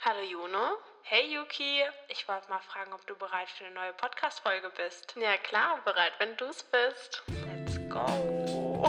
Hallo Juno. Hey Yuki, ich wollte mal fragen, ob du bereit für eine neue Podcast-Folge bist. Ja klar, bereit, wenn du es bist. Let's go!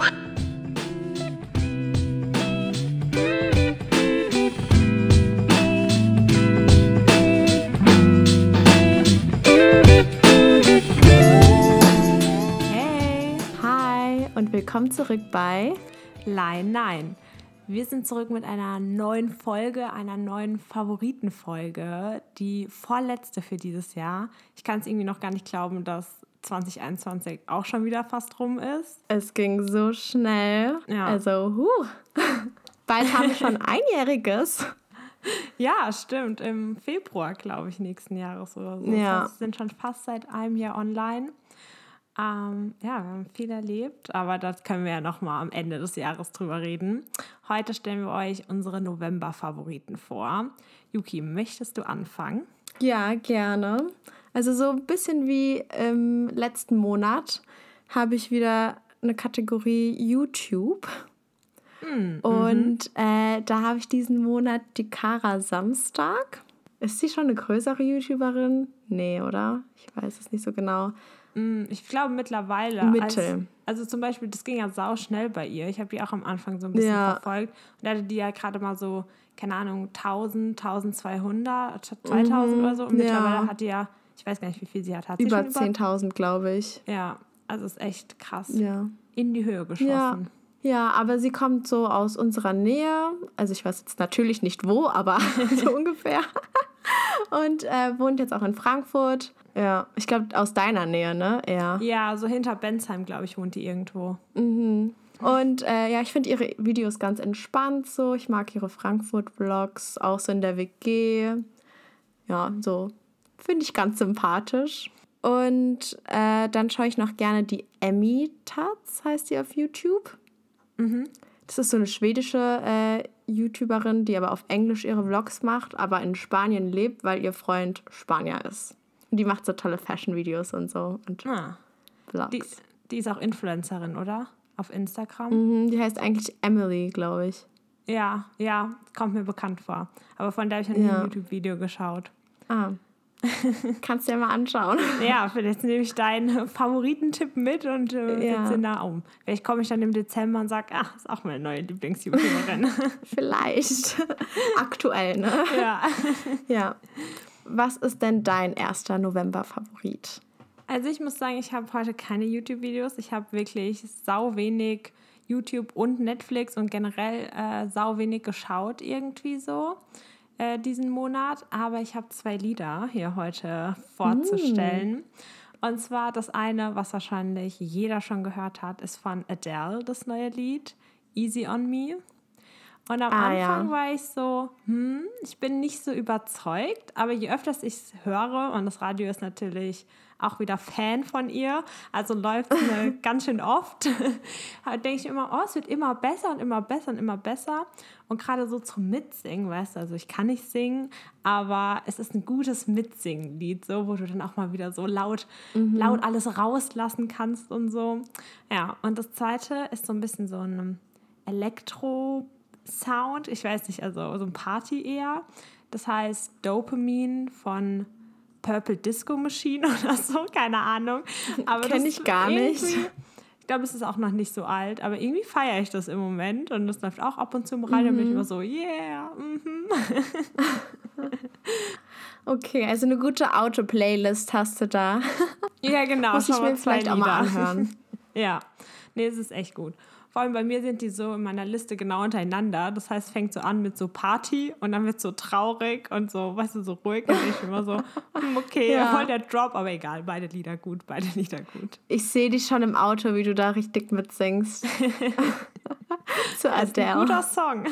Hey, hi und willkommen zurück bei Nein. Wir sind zurück mit einer neuen Folge, einer neuen Favoritenfolge, die vorletzte für dieses Jahr. Ich kann es irgendwie noch gar nicht glauben, dass 2021 auch schon wieder fast rum ist. Es ging so schnell. Ja. Also, bald haben wir schon Einjähriges. Ja, stimmt. Im Februar, glaube ich, nächsten Jahres oder so. Ja. Das heißt, wir sind schon fast seit einem Jahr online. Wir haben viel erlebt, aber das können wir ja nochmal am Ende des Jahres drüber reden. Heute stellen wir euch unsere November-Favoriten vor. Yuki, möchtest du anfangen? Ja, gerne. Also so ein bisschen wie im letzten Monat habe ich wieder eine Kategorie YouTube. Und da habe ich diesen Monat die Kara Samstag. Ist sie schon eine größere YouTuberin? Nee, oder? Ich weiß es nicht so genau. Ich glaube mittlerweile. Mittel. Also zum Beispiel, das ging ja sau schnell bei ihr. Ich habe die auch am Anfang so ein bisschen verfolgt. Und da hatte die ja gerade mal so, keine Ahnung, 1000, 1200, 2000 oder so. Und mittlerweile hat die ja, ich weiß gar nicht, wie viel sie hat. Hat Über sie schon 10.000, glaube ich. Ja, also ist echt krass. Ja. In die Höhe geschossen. Ja, aber sie kommt so aus unserer Nähe. Also ich weiß jetzt natürlich nicht wo, aber so ungefähr. Und wohnt jetzt auch in Frankfurt. Ja, ich glaube aus deiner Nähe, ne? Ja, so hinter Bensheim, glaube ich, wohnt die irgendwo. Und ich finde ihre Videos ganz entspannt so. Ich mag ihre Frankfurt-Vlogs, auch so in der WG. Ja, so finde ich ganz sympathisch. Und dann schaue ich noch gerne die Emmy Taz, heißt die auf YouTube. Das ist so eine schwedische YouTuberin, die aber auf Englisch ihre Vlogs macht, aber in Spanien lebt, weil ihr Freund Spanier ist. Und die macht so tolle Fashion-Videos und so und Vlogs. Die ist auch Influencerin, oder? Auf Instagram. Die heißt eigentlich Emily, glaube ich. Ja, kommt mir bekannt vor. Aber von der habe ich noch nie ein YouTube-Video geschaut. Kannst du dir mal anschauen. Ja, vielleicht nehme ich deinen Favoritentipp mit und setze ihn da um. Vielleicht komme ich dann im Dezember und sage, ist auch meine neue Lieblings-YouTuberin. Vielleicht. Aktuell, ne? Ja. Was ist denn dein erster November-Favorit? Also ich muss sagen, ich habe heute keine YouTube-Videos. Ich habe wirklich sau wenig YouTube und Netflix und generell sau wenig geschaut irgendwie so diesen Monat. Aber ich habe 2 Lieder hier heute vorzustellen. Und zwar das eine, was wahrscheinlich jeder schon gehört hat, ist von Adele, das neue Lied, Easy on Me. Und am Anfang war ich so, ich bin nicht so überzeugt, aber je öfter ich es höre, und das Radio ist natürlich auch wieder Fan von ihr, also läuft es ganz schön oft, denke ich immer, es wird immer besser und immer besser und immer besser. Und gerade so zum Mitsingen, weißt du, also ich kann nicht singen, aber es ist ein gutes Mitsingen-Lied, so, wo du dann auch mal wieder so laut alles rauslassen kannst und so. Ja, und das zweite ist so ein bisschen so ein Elektro-Sound, ich weiß nicht, also so ein Party eher. Das heißt Dopamine von Purple Disco Machine oder so, keine Ahnung. Kenne ich gar nicht. Ich glaube, es ist auch noch nicht so alt, aber irgendwie feiere ich das im Moment und das läuft auch ab und zu im Radio, und bin ich immer so, yeah, Okay, also eine gute Auto-Playlist hast du da. Ja, genau. Muss ich mir vielleicht auch mal anhören. Ja, nee, es ist echt gut. Vor allem bei mir sind die so in meiner Liste genau untereinander. Das heißt, es fängt so an mit so Party und dann wird so traurig und so, weißt du, so ruhig. Und ich immer so, okay, voll der Drop, aber egal, beide Lieder gut. Ich sehe dich schon im Auto, wie du da richtig mitsingst. Zu Adele. Das ist ein guter Song.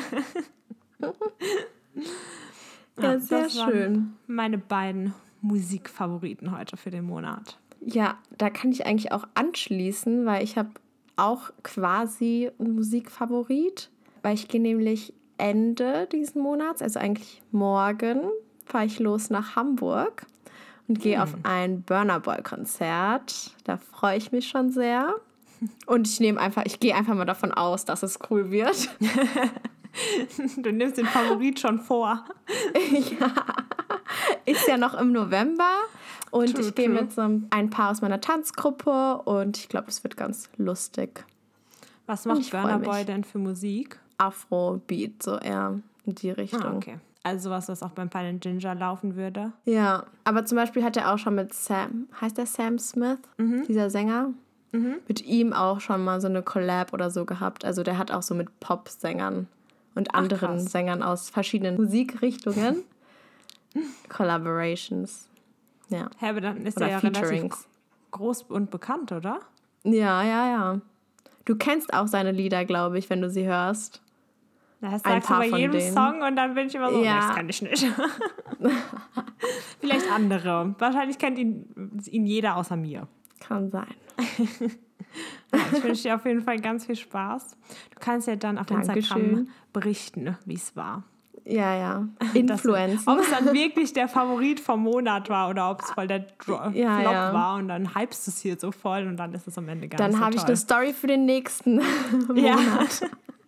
Ja, sehr schön. Waren meine beiden Musikfavoriten heute für den Monat. Ja, da kann ich eigentlich auch anschließen, weil ich habe auch quasi einen Musikfavorit, weil ich gehe nämlich Ende diesen Monats, also eigentlich morgen, fahre ich los nach Hamburg und gehe auf ein Burna Boy Konzert. Da freue ich mich schon sehr. Und ich gehe einfach mal davon aus, dass es cool wird. Du nimmst den Favorit schon vor. Ja, ist ja noch im November und True, ich gehe true. mit so ein Paar aus meiner Tanzgruppe und ich glaube, es wird ganz lustig. Was Und macht ich freu Burna mich. Boy denn für Musik? Afrobeat, so eher in die Richtung. Ah, okay. Also sowas, was auch beim Fun & Ginger laufen würde. Ja, aber zum Beispiel hat er auch schon mit Sam, heißt der Sam Smith, dieser Sänger? Mit ihm auch schon mal so eine Collab oder so gehabt. Also der hat auch so mit Pop-Sängern und anderen krass. Sängern aus verschiedenen Musikrichtungen Collaborations. Ja. Hä, aber dann ist Oder er ja relativ Featurings. groß und bekannt, oder? Ja. Du kennst auch seine Lieder, glaube ich, wenn du sie hörst. Das Ein sagst du paar bei von jedem denen. Song und dann bin ich immer so, Ja. nee, das kann ich nicht. Vielleicht andere. Wahrscheinlich kennt ihn jeder außer mir. Kann sein. Ja, ich wünsche dir auf jeden Fall ganz viel Spaß. Du kannst ja dann auf Instagram Dankeschön. berichten, wie es war. Ja. Ob Influenzen. es dann wirklich der Favorit vom Monat war oder ob es voll der Flop Ja. war und dann hypst du es hier so voll und dann ist es am Ende gar Dann nicht so habe ich toll. eine Story für den nächsten Ja. Monat.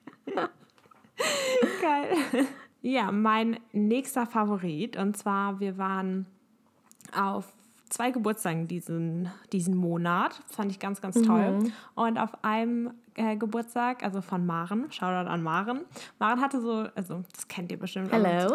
Geil. Ja, mein nächster Favorit. Und zwar, wir waren auf 2 Geburtstagen diesen Monat. Das fand ich ganz, ganz toll. Und auf einem Geburtstag, also von Maren, Shoutout an Maren. Maren hatte so, also das kennt ihr bestimmt, Hello.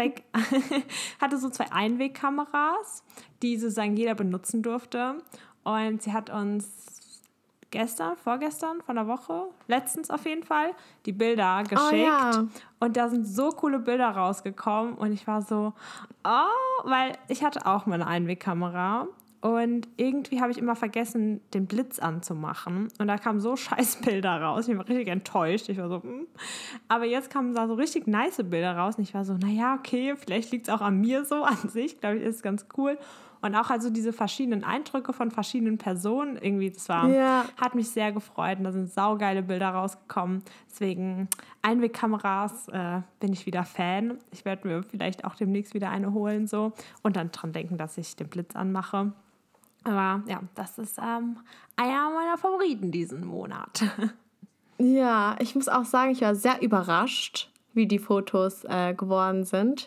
hatte so 2 Einwegkameras, die sozusagen jeder benutzen durfte. Und sie hat uns vorgestern, von der Woche, letztens auf jeden Fall, die Bilder geschickt. ja. Und da sind so coole Bilder rausgekommen. Und ich war so, weil ich hatte auch meine Einwegkamera. Und irgendwie habe ich immer vergessen, den Blitz anzumachen. Und da kamen so scheiß Bilder raus. Ich war richtig enttäuscht. Ich war so, Aber jetzt kamen da so richtig nice Bilder raus. Und ich war so, naja, okay, vielleicht liegt es auch an mir so an sich. Glaube ich, ist ganz cool. Und auch also diese verschiedenen Eindrücke von verschiedenen Personen, irgendwie, das hat mich sehr gefreut. Und da sind saugeile Bilder rausgekommen. Deswegen Einwegkameras bin ich wieder Fan. Ich werde mir vielleicht auch demnächst wieder eine holen so und dann dran denken, dass ich den Blitz anmache. Aber ja, das ist einer meiner Favoriten diesen Monat. Ja, ich muss auch sagen, ich war sehr überrascht, wie die Fotos geworden sind.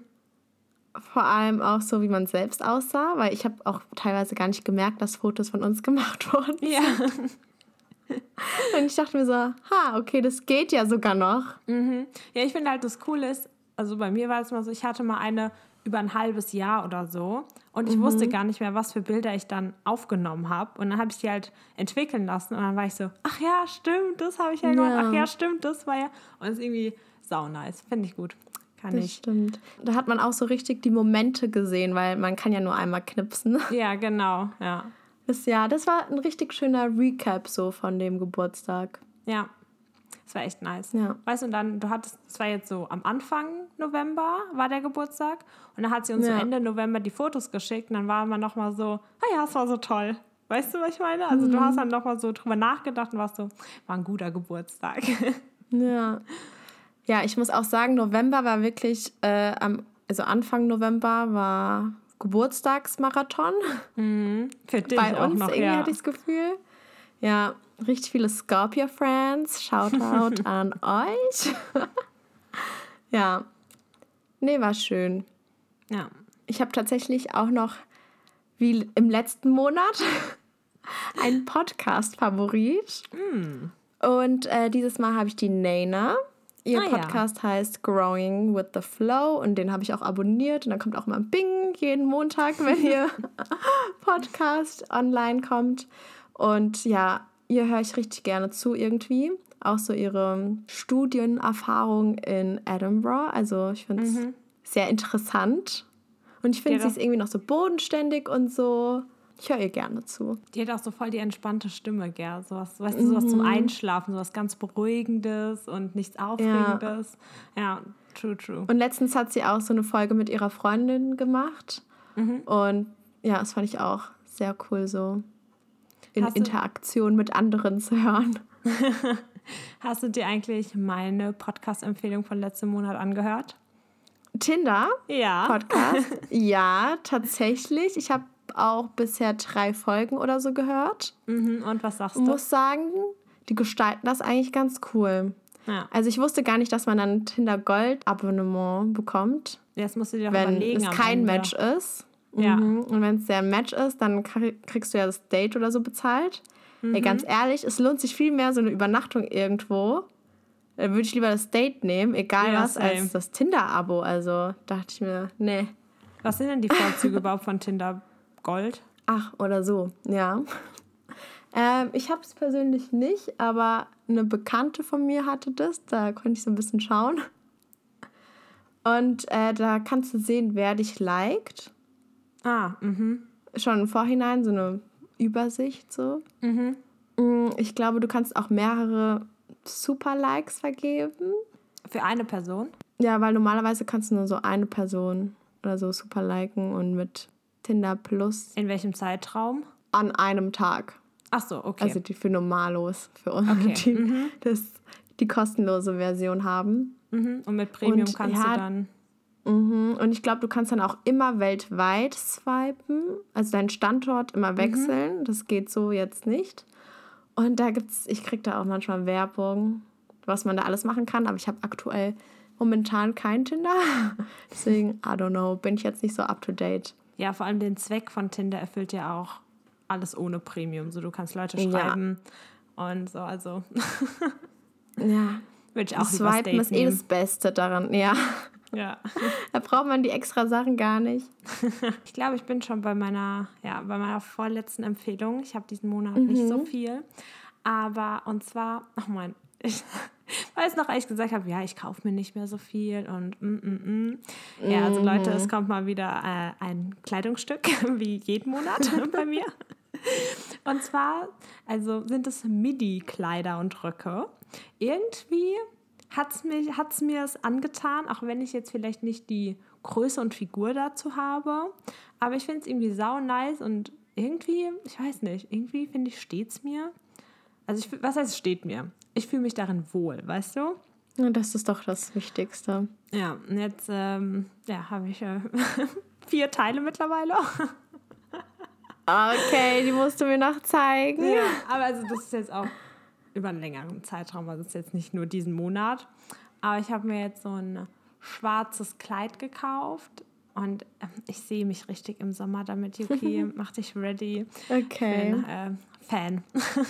Vor allem auch so, wie man selbst aussah, weil ich habe auch teilweise gar nicht gemerkt, dass Fotos von uns gemacht wurden. Ja. Und ich dachte mir so, okay, das geht ja sogar noch. Ja, ich finde halt, das Coole ist, also bei mir war es mal so, ich hatte mal eine über ein halbes Jahr oder so und ich wusste gar nicht mehr, was für Bilder ich dann aufgenommen habe. Und dann habe ich die halt entwickeln lassen und dann war ich so, ach ja, stimmt, das habe ich ja gemacht. Ach ja, stimmt, das war ja. Und es ist irgendwie sau nice, finde ich gut. Das stimmt. Da hat man auch so richtig die Momente gesehen, weil man kann ja nur einmal knipsen. Ja, genau, ja. Das war ein richtig schöner Recap so von dem Geburtstag. Ja, das war echt nice. Ja. Weißt du, und dann, das war jetzt so am Anfang November war der Geburtstag und dann hat sie uns so Ende November die Fotos geschickt und dann war man nochmal so, ja, es war so toll. Weißt du, was ich meine? Also du hast dann nochmal so drüber nachgedacht und warst so, war ein guter Geburtstag. Ja, ich muss auch sagen, November war wirklich, also Anfang November war Geburtstagsmarathon. Für dich Bei auch uns noch, irgendwie hatte ich das Gefühl. Ja, richtig viele Scorpio-Friends. Shoutout an euch. Ja. Nee, war schön. Ja. Ich habe tatsächlich auch noch, wie im letzten Monat, einen Podcast-Favorit. Und dieses Mal habe ich die Nena. Ihr Podcast heißt Growing with the Flow und den habe ich auch abonniert. Und dann kommt auch mal ein Bing jeden Montag, wenn ihr Podcast online kommt. Und ja, ihr höre ich richtig gerne zu irgendwie. Auch so ihre Studienerfahrung in Edinburgh. Also ich finde es sehr interessant. Und ich finde, sie ist irgendwie noch so bodenständig und so. Ich höre ihr gerne zu. Die hat auch so voll die entspannte Stimme, gell? Sowas, weißt du, sowas zum Einschlafen, sowas ganz Beruhigendes und nichts Aufregendes. Ja, true. Und letztens hat sie auch so eine Folge mit ihrer Freundin gemacht. Und ja, das fand ich auch sehr cool, so in Interaktion mit anderen zu hören. Hast du dir eigentlich meine Podcast-Empfehlung von letztem Monat angehört? Tinder? Ja. Podcast? Ja, tatsächlich. Ich habe auch bisher 3 Folgen oder so gehört. Und was sagst du? Muss sagen, die gestalten das eigentlich ganz cool. Ja. Also ich wusste gar nicht, dass man dann ein Tinder Gold Abonnement bekommt, Das musst du dir doch wenn überlegen es am kein Ende. Match ist. Ja. Und wenn es ein Match ist, dann kriegst du ja das Date oder so bezahlt. Ey, ganz ehrlich, es lohnt sich viel mehr so eine Übernachtung irgendwo. Dann würde ich lieber das Date nehmen, egal Ja, was, same. als das Tinder-Abo. Also dachte ich mir, nee. Was sind denn die Vorzüge überhaupt von Tinder Gold? Ach, oder so, ja. Ich habe es persönlich nicht, aber eine Bekannte von mir hatte das. Da konnte ich so ein bisschen schauen. Und da kannst du sehen, wer dich liked. Schon im Vorhinein so eine Übersicht so. Ich glaube, du kannst auch mehrere Super-Likes vergeben. Für eine Person? Ja, weil normalerweise kannst du nur so eine Person oder so super liken und mit Tinder Plus In welchem Zeitraum? an einem Tag. Ach so, okay. Also die für Normalos, für uns, Okay, die kostenlose Version haben. Und mit Premium Und kannst ja, du dann... Und ich glaube, du kannst dann auch immer weltweit swipen, also deinen Standort immer wechseln. Das geht so jetzt nicht. Und ich kriege da auch manchmal Werbung, was man da alles machen kann, aber ich habe aktuell momentan kein Tinder. Deswegen, I don't know, bin ich jetzt nicht so up to date. Ja, vor allem den Zweck von Tinder erfüllt ja auch alles ohne Premium. So, du kannst Leute schreiben und so, also Ja, würde ich auch das lieber das Swipen Date ist nehmen. das Beste daran, ja. Ja. Da braucht man die extra Sachen gar nicht. Ich glaube, ich bin schon bei meiner vorletzten Empfehlung. Ich habe diesen Monat nicht so viel. Aber, und zwar, ich weiß noch, als ich gesagt habe, ja, ich kaufe mir nicht mehr so viel und Ja, also Leute, es kommt mal wieder ein Kleidungsstück, wie jeden Monat bei mir. Und zwar, also sind es Midi-Kleider und Röcke. Irgendwie hat's mir es angetan, auch wenn ich jetzt vielleicht nicht die Größe und Figur dazu habe. Aber ich finde es irgendwie sau nice und irgendwie, ich weiß nicht, irgendwie finde ich, steht's mir. Also was heißt, es steht mir? Ich fühle mich darin wohl, weißt du? Und das ist doch das Wichtigste. Ja, und jetzt habe ich 4 Teile mittlerweile. Okay, die musst du mir noch zeigen. Ja, aber also das ist jetzt auch über einen längeren Zeitraum, also es ist jetzt nicht nur diesen Monat. Aber ich habe mir jetzt so ein schwarzes Kleid gekauft und ich sehe mich richtig im Sommer damit, Yuki. Mach dich ready. Okay. Ich bin Fan.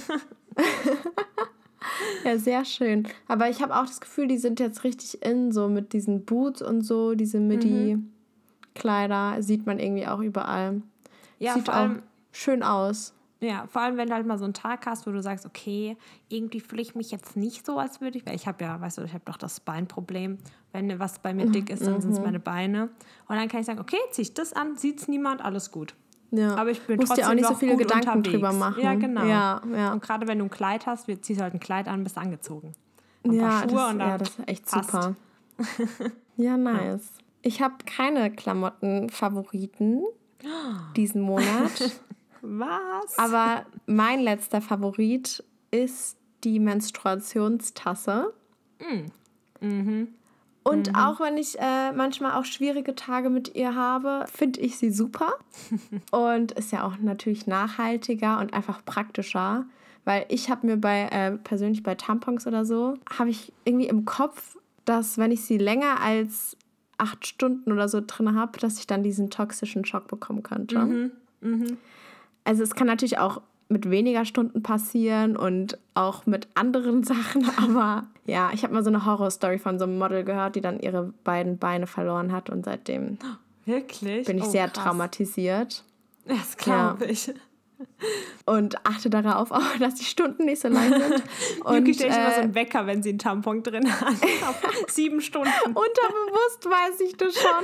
Ja, sehr schön. Aber ich habe auch das Gefühl, die sind jetzt richtig in, so mit diesen Boots und so, diese Midi-Kleider, sieht man irgendwie auch überall. Ja, Sieht vor auch allem, schön aus. ja, vor allem, wenn du halt mal so einen Tag hast, wo du sagst, okay, irgendwie fühle ich mich jetzt nicht so, als würde ich, weil ich habe ja, weißt du, ich habe doch das Beinproblem. Wenn was bei mir dick ist, dann sind es meine Beine. Und dann kann ich sagen, okay, zieh ich das an, sieht's niemand, alles gut. Ja. Aber ich bin Musst trotzdem dir auch nicht noch so viele gut Gedanken unterwegs. drüber machen. Ja, genau. Ja. Und gerade wenn du ein Kleid hast, ziehst du halt ein Kleid an, bist angezogen. Und ein Ja, paar Schuhe und dann das ist echt passt. super. Ja, nice. Ich habe keine Klamotten-Favoriten diesen Monat. Was? Aber mein letzter Favorit ist die Menstruationstasse. Und auch wenn ich manchmal auch schwierige Tage mit ihr habe, finde ich sie super. Und ist ja auch natürlich nachhaltiger und einfach praktischer. Weil ich habe mir persönlich bei Tampons oder so, habe ich irgendwie im Kopf, dass wenn ich sie länger als 8 Stunden oder so drin habe, dass ich dann diesen toxischen Schock bekommen könnte. Also es kann natürlich auch mit weniger Stunden passieren und auch mit anderen Sachen, aber ja, ich habe mal so eine Horrorstory von so einem Model gehört, die dann ihre beiden Beine verloren hat und seitdem Wirklich? bin ich sehr krass. traumatisiert Das glaube ich. und achte darauf auch, dass die Stunden nicht so lang sind. Yuki stellt sich immer so einen Wecker, wenn sie einen Tampon drin hat. Auf 7 Stunden. Unterbewusst weiß ich das schon.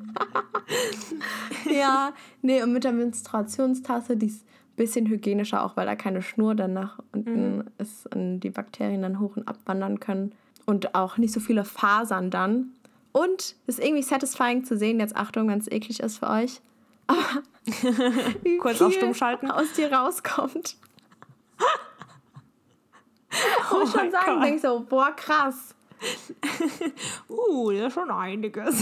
Ja, nee, und mit der Menstruationstasse, die ist ein bisschen hygienischer auch, weil da keine Schnur dann nach unten ist und die Bakterien dann hoch und abwandern können. Und auch nicht so viele Fasern dann. Und ist irgendwie satisfying zu sehen, jetzt Achtung, wenn es eklig ist für euch. Aber wie Kurz viel auf Stumm schalten. aus dir rauskommt. Oh Muss ich schon mein sagen, Gott. denk so, boah, krass. Das ist schon einiges.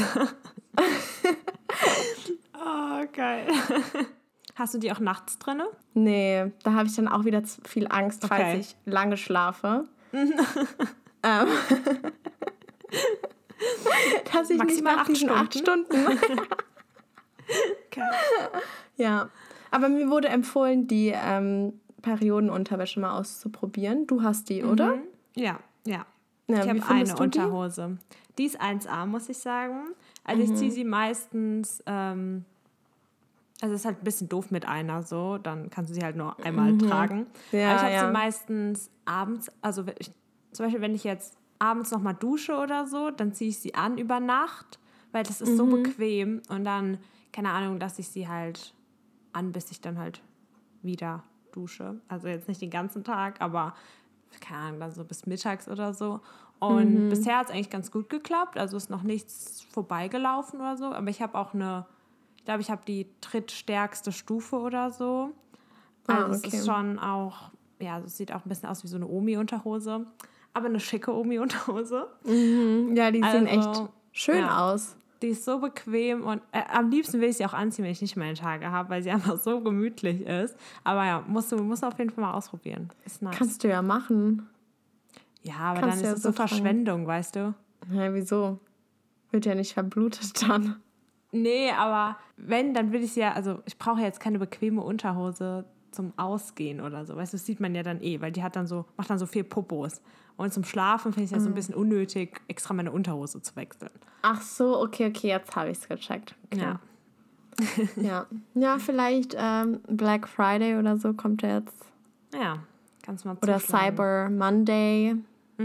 Oh, geil. Hast du die auch nachts drin? Nee, da habe ich dann auch wieder zu viel Angst, falls Okay. ich lange schlafe. Dass ich nicht Maximal nach diesen 8 Stunden. Okay. Ja, aber mir wurde empfohlen, die Periodenunterwäsche mal auszuprobieren. Du hast die, oder? Ja. Ja, Ich wie habe findest eine du die? Unterhose. Die ist 1A, muss ich sagen. Also ich ziehe sie meistens, also es ist halt ein bisschen doof mit einer so, dann kannst du sie halt nur einmal tragen. Ja, Aber ich habe ja. sie meistens abends, also zum Beispiel wenn ich jetzt abends nochmal dusche oder so, dann ziehe ich sie an über Nacht, weil das ist so bequem und dann, keine Ahnung, lasse ich sie halt an, bis ich dann halt wieder dusche. Also jetzt nicht den ganzen Tag, aber keine Ahnung, dann so bis mittags oder so. Und bisher hat es eigentlich ganz gut geklappt. Also ist noch nichts vorbeigelaufen oder so. Aber ich habe auch ich glaube, ich habe die drittstärkste Stufe oder so. Also es ist schon auch, ja, es sieht auch ein bisschen aus wie so eine Omi-Unterhose. Aber eine schicke Omi-Unterhose. Ja, die sehen echt schön ja. aus. Die ist so bequem und am liebsten will ich sie auch anziehen, wenn ich nicht meine Tage habe, weil sie einfach so gemütlich ist. Aber ja, musst du auf jeden Fall mal ausprobieren. Ist nice. Kannst du ja machen. Ja, aber Kannst dann ja ist es so so Verschwendung, weißt du? Ja, wieso? Wird ja nicht verblutet dann. Nee, aber wenn, dann will ich ja, also ich brauche jetzt keine bequeme Unterhose zum Ausgehen oder so. Weißt du, das sieht man ja dann weil die macht dann so viel Popos. Und zum Schlafen finde ich es ja so ein bisschen unnötig, extra meine Unterhose zu wechseln. Ach so, okay, jetzt habe ich es gecheckt. Okay. Ja. Ja, vielleicht Black Friday oder so kommt ja jetzt. Ja, kannst du mal Oder zuschlagen. Cyber Monday.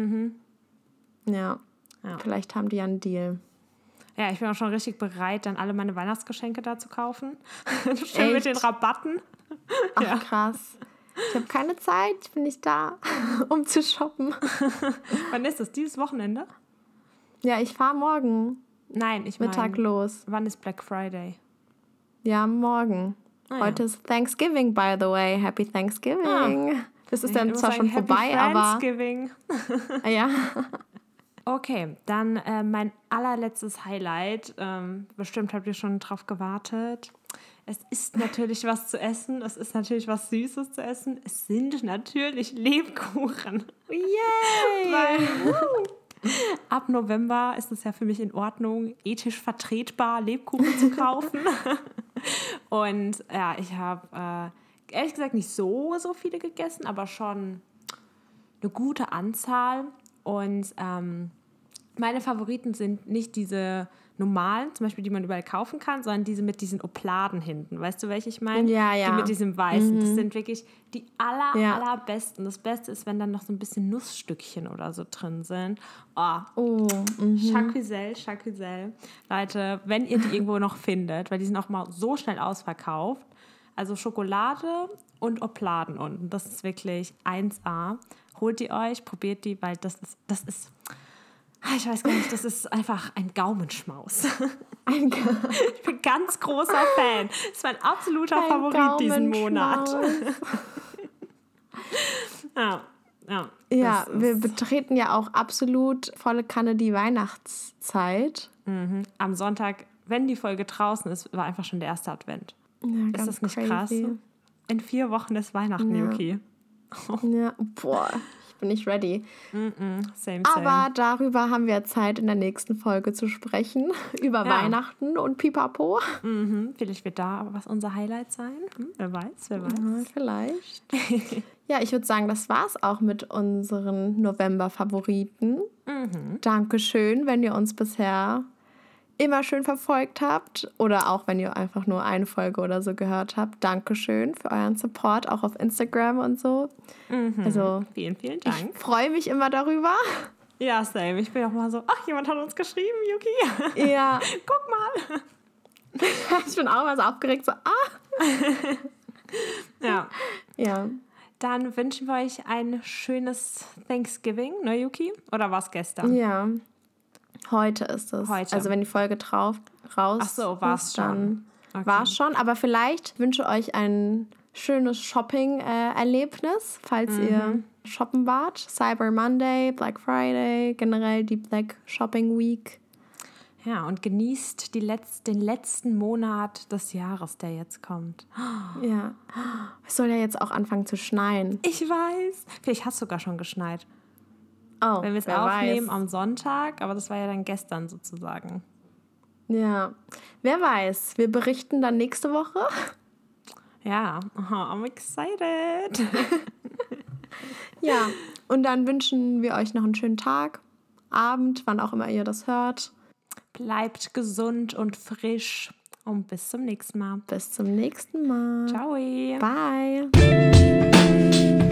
Ja, Ja. vielleicht haben die ja einen Deal. Ja, ich bin auch schon richtig bereit, dann alle meine Weihnachtsgeschenke da zu kaufen. Schön mit den Rabatten. Ach, krass. Ich habe keine Zeit, ich bin nicht da, um zu shoppen. Wann ist das? Dieses Wochenende? Ja, ich fahre morgen Nein, ich Mittag meine, los. wann ist Black Friday? Ja, morgen. Ah, Heute ist Thanksgiving, by the way. Happy Thanksgiving. Das ist dann Ich muss zwar schon sagen, vorbei, Happy aber... Thanksgiving. Ja. Okay, dann mein allerletztes Highlight. Bestimmt habt ihr schon drauf gewartet. Es ist natürlich was zu essen. Es ist natürlich was Süßes zu essen. Es sind natürlich Lebkuchen. Yay! Weil, ab November ist es ja für mich in Ordnung, ethisch vertretbar, Lebkuchen zu kaufen. Und ja, ich habe ehrlich gesagt nicht so viele gegessen, aber schon eine gute Anzahl. Und meine Favoriten sind nicht diese normalen, zum Beispiel, die man überall kaufen kann, sondern diese mit diesen Opladen hinten. Weißt du, welche ich meine? Ja, ja. Die mit diesem Weißen. Das sind wirklich die allerbesten. Das Beste ist, wenn dann noch so ein bisschen Nussstückchen oder so drin sind. Oh, Jacques-Zel. Leute, wenn ihr die irgendwo noch findet, weil die sind auch mal so schnell ausverkauft. Also Schokolade und Opladen unten. Das ist wirklich 1A. Holt die euch, probiert die, weil das ist ich weiß gar nicht, das ist einfach ein Gaumenschmaus. Ich bin ganz großer Fan. Das ist mein absoluter Favorit diesen Monat. Ja, wir betreten ja auch absolut volle Kanne die Weihnachtszeit. Am Sonntag, wenn die Folge draußen ist, war einfach schon der erste Advent. Ja, ist das nicht crazy. Krass? In 4 Wochen ist Weihnachten, Yuki. Ja, boah, ich bin nicht ready. Same. Aber darüber haben wir Zeit in der nächsten Folge zu sprechen. Über Weihnachten und Pipapo. Vielleicht wird da was unser Highlight sein. Wer weiß. Ja, vielleicht. Ja, ich würde sagen, das war's auch mit unseren November-Favoriten. Dankeschön, wenn ihr uns bisher immer schön verfolgt habt oder auch wenn ihr einfach nur eine Folge oder so gehört habt. Dankeschön für euren Support, auch auf Instagram und so. Also vielen Dank. Ich freue mich immer darüber. Ja, same. Ich bin auch mal so, jemand hat uns geschrieben, Yuki. Ja. Guck mal. Ich bin auch immer so aufgeregt, so, Ja. Ja. Dann wünschen wir euch ein schönes Thanksgiving, ne, Yuki? Oder war es gestern? Ja. Heute ist es. Heute. Also wenn die Folge raus Ach so, war es schon. Okay. War es schon. Aber vielleicht wünsche ich euch ein schönes Shopping-Erlebnis, falls ihr shoppen wart. Cyber Monday, Black Friday, generell die Black Shopping Week. Ja, und genießt den letzten Monat des Jahres, der jetzt kommt. Ja. Es soll ja jetzt auch anfangen zu schneien. Ich weiß. Vielleicht hat es sogar schon geschneit. Oh, wenn wir es wer aufnehmen weiß. am Sonntag, aber das war ja dann gestern sozusagen. Ja, wer weiß. Wir berichten dann nächste Woche. Ja, I'm excited. Ja, und dann wünschen wir euch noch einen schönen Tag, Abend, wann auch immer ihr das hört. Bleibt gesund und frisch und bis zum nächsten Mal. Bis zum nächsten Mal. Ciao. Bye.